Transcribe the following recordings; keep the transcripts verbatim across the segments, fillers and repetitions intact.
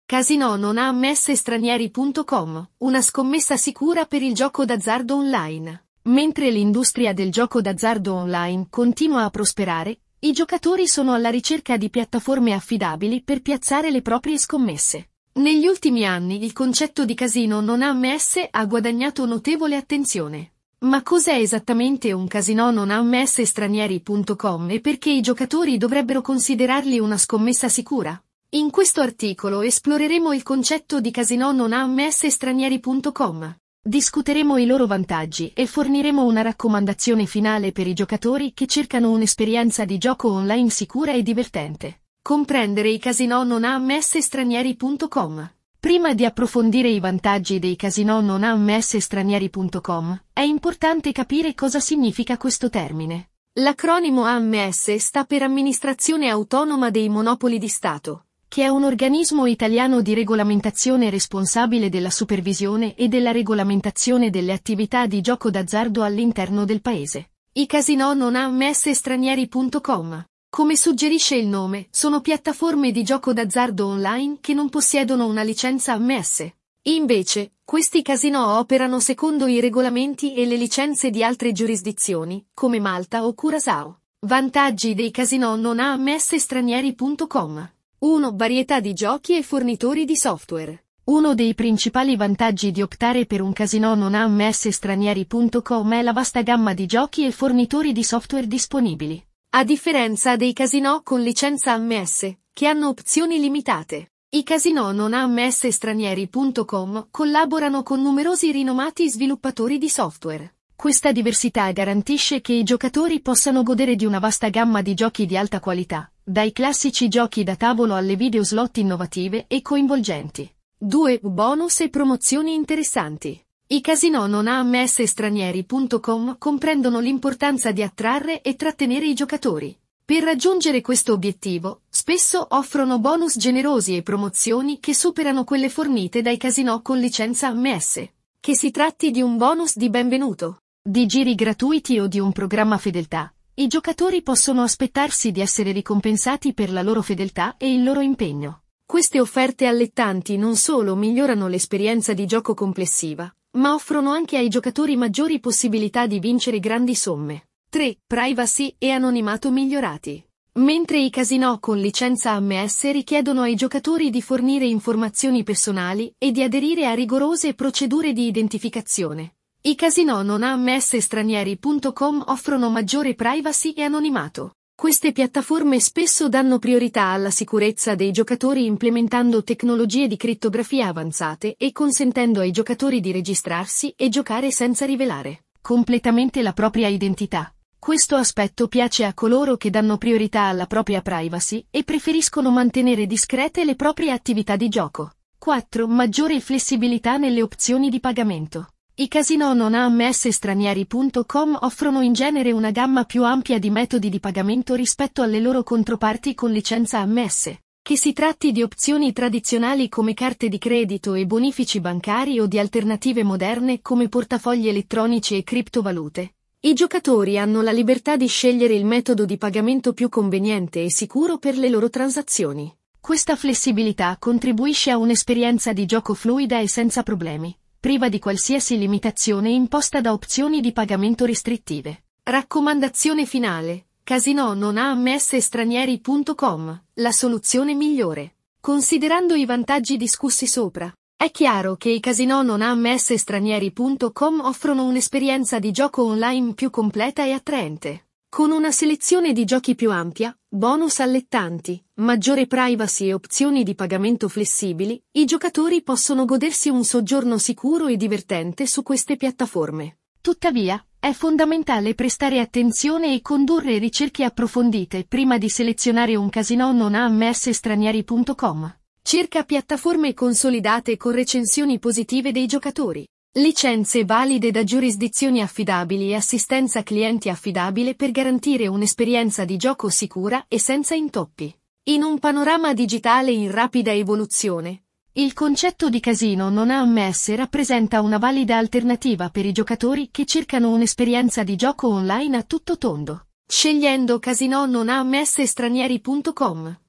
Casino non ammesse stranieri punto com, una scommessa sicura per il gioco d'azzardo online. Mentre l'industria del gioco d'azzardo online continua a prosperare, i giocatori sono alla ricerca di piattaforme affidabili per piazzare le proprie scommesse. Negli ultimi anni il concetto di casino non ammesse ha guadagnato notevole attenzione. Ma cos'è esattamente un casino non ammesse stranieri punto com e perché i giocatori dovrebbero considerarli una scommessa sicura? In questo articolo esploreremo il concetto di casino non ammesse stranieri punto com. Discuteremo i loro vantaggi e forniremo una raccomandazione finale per i giocatori che cercano un'esperienza di gioco online sicura e divertente. Comprendere i casino non ammesse stranieri punto com. Prima di approfondire i vantaggi dei casino non ammesse stranieri punto com, è importante capire cosa significa questo termine. L'acronimo A M S sta per Amministrazione Autonoma dei Monopoli di Stato, che è un organismo italiano di regolamentazione responsabile della supervisione e della regolamentazione delle attività di gioco d'azzardo all'interno del paese. I casino non ammesse stranieri punto com, come suggerisce il nome, sono piattaforme di gioco d'azzardo online che non possiedono una licenza A M S. Invece, questi casino operano secondo i regolamenti e le licenze di altre giurisdizioni, come Malta o Curaçao. Vantaggi dei casino non ammesse stranieri punto com. uno. Varietà di giochi e fornitori di software. Uno dei principali vantaggi di optare per un casino non ammesse stranieri punto com è la vasta gamma di giochi e fornitori di software disponibili. A differenza dei casino con licenza A M S, che hanno opzioni limitate, i casino non ammesse stranieri punto com collaborano con numerosi rinomati sviluppatori di software. Questa diversità garantisce che i giocatori possano godere di una vasta gamma di giochi di alta qualità, dai classici giochi da tavolo alle videoslot innovative e coinvolgenti. due. Bonus e promozioni interessanti. I casino non ammesse stranieri punto com comprendono l'importanza di attrarre e trattenere i giocatori. Per raggiungere questo obiettivo, spesso offrono bonus generosi e promozioni che superano quelle fornite dai casino con licenza A M S. Che si tratti di un bonus di benvenuto, di giri gratuiti o di un programma fedeltà, i giocatori possono aspettarsi di essere ricompensati per la loro fedeltà e il loro impegno. Queste offerte allettanti non solo migliorano l'esperienza di gioco complessiva, ma offrono anche ai giocatori maggiori possibilità di vincere grandi somme. tre. Privacy e anonimato migliorati. Mentre i casino con licenza A M S richiedono ai giocatori di fornire informazioni personali e di aderire a rigorose procedure di identificazione, i casino non ammesse stranieri punto com offrono maggiore privacy e anonimato. Queste piattaforme spesso danno priorità alla sicurezza dei giocatori implementando tecnologie di crittografia avanzate e consentendo ai giocatori di registrarsi e giocare senza rivelare completamente la propria identità. Questo aspetto piace a coloro che danno priorità alla propria privacy e preferiscono mantenere discrete le proprie attività di gioco. quattro. Maggiore flessibilità nelle opzioni di pagamento. I casino non ammesse stranieri punto com offrono in genere una gamma più ampia di metodi di pagamento rispetto alle loro controparti con licenza A M S. Che si tratti di opzioni tradizionali come carte di credito e bonifici bancari o di alternative moderne come portafogli elettronici e criptovalute, i giocatori hanno la libertà di scegliere il metodo di pagamento più conveniente e sicuro per le loro transazioni. Questa flessibilità contribuisce a un'esperienza di gioco fluida e senza problemi, priva di qualsiasi limitazione imposta da opzioni di pagamento restrittive. Raccomandazione finale. Casino non ammesse stranieri punto com, la soluzione migliore. Considerando i vantaggi discussi sopra, è chiaro che i casino non ammesse stranieri punto com offrono un'esperienza di gioco online più completa e attraente. Con una selezione di giochi più ampia, bonus allettanti, maggiore privacy e opzioni di pagamento flessibili, i giocatori possono godersi un soggiorno sicuro e divertente su queste piattaforme. Tuttavia, è fondamentale prestare attenzione e condurre ricerche approfondite prima di selezionare un casino non ammesse stranieri punto com. Cerca piattaforme consolidate con recensioni positive dei giocatori, licenze valide da giurisdizioni affidabili e assistenza clienti affidabile per garantire un'esperienza di gioco sicura e senza intoppi. In un panorama digitale in rapida evoluzione, il concetto di casino non A M S rappresenta una valida alternativa per i giocatori che cercano un'esperienza di gioco online a tutto tondo. Scegliendo casino non ammesse stranieri punto com,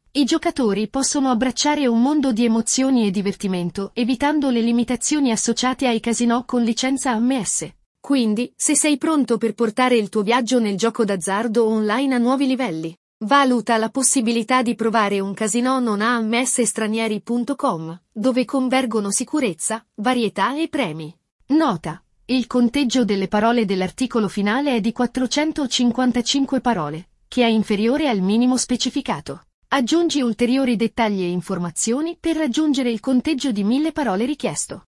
I giocatori possono abbracciare un mondo di emozioni e divertimento, evitando le limitazioni associate ai casinò con licenza A M S. Quindi, se sei pronto per portare il tuo viaggio nel gioco d'azzardo online a nuovi livelli, valuta la possibilità di provare un casinò non A M S stranieri punto com, dove convergono sicurezza, varietà e premi. Nota: il conteggio delle parole dell'articolo finale è di quattrocentocinquantacinque parole, che è inferiore al minimo specificato. Aggiungi ulteriori dettagli e informazioni per raggiungere il conteggio di mille parole richiesto.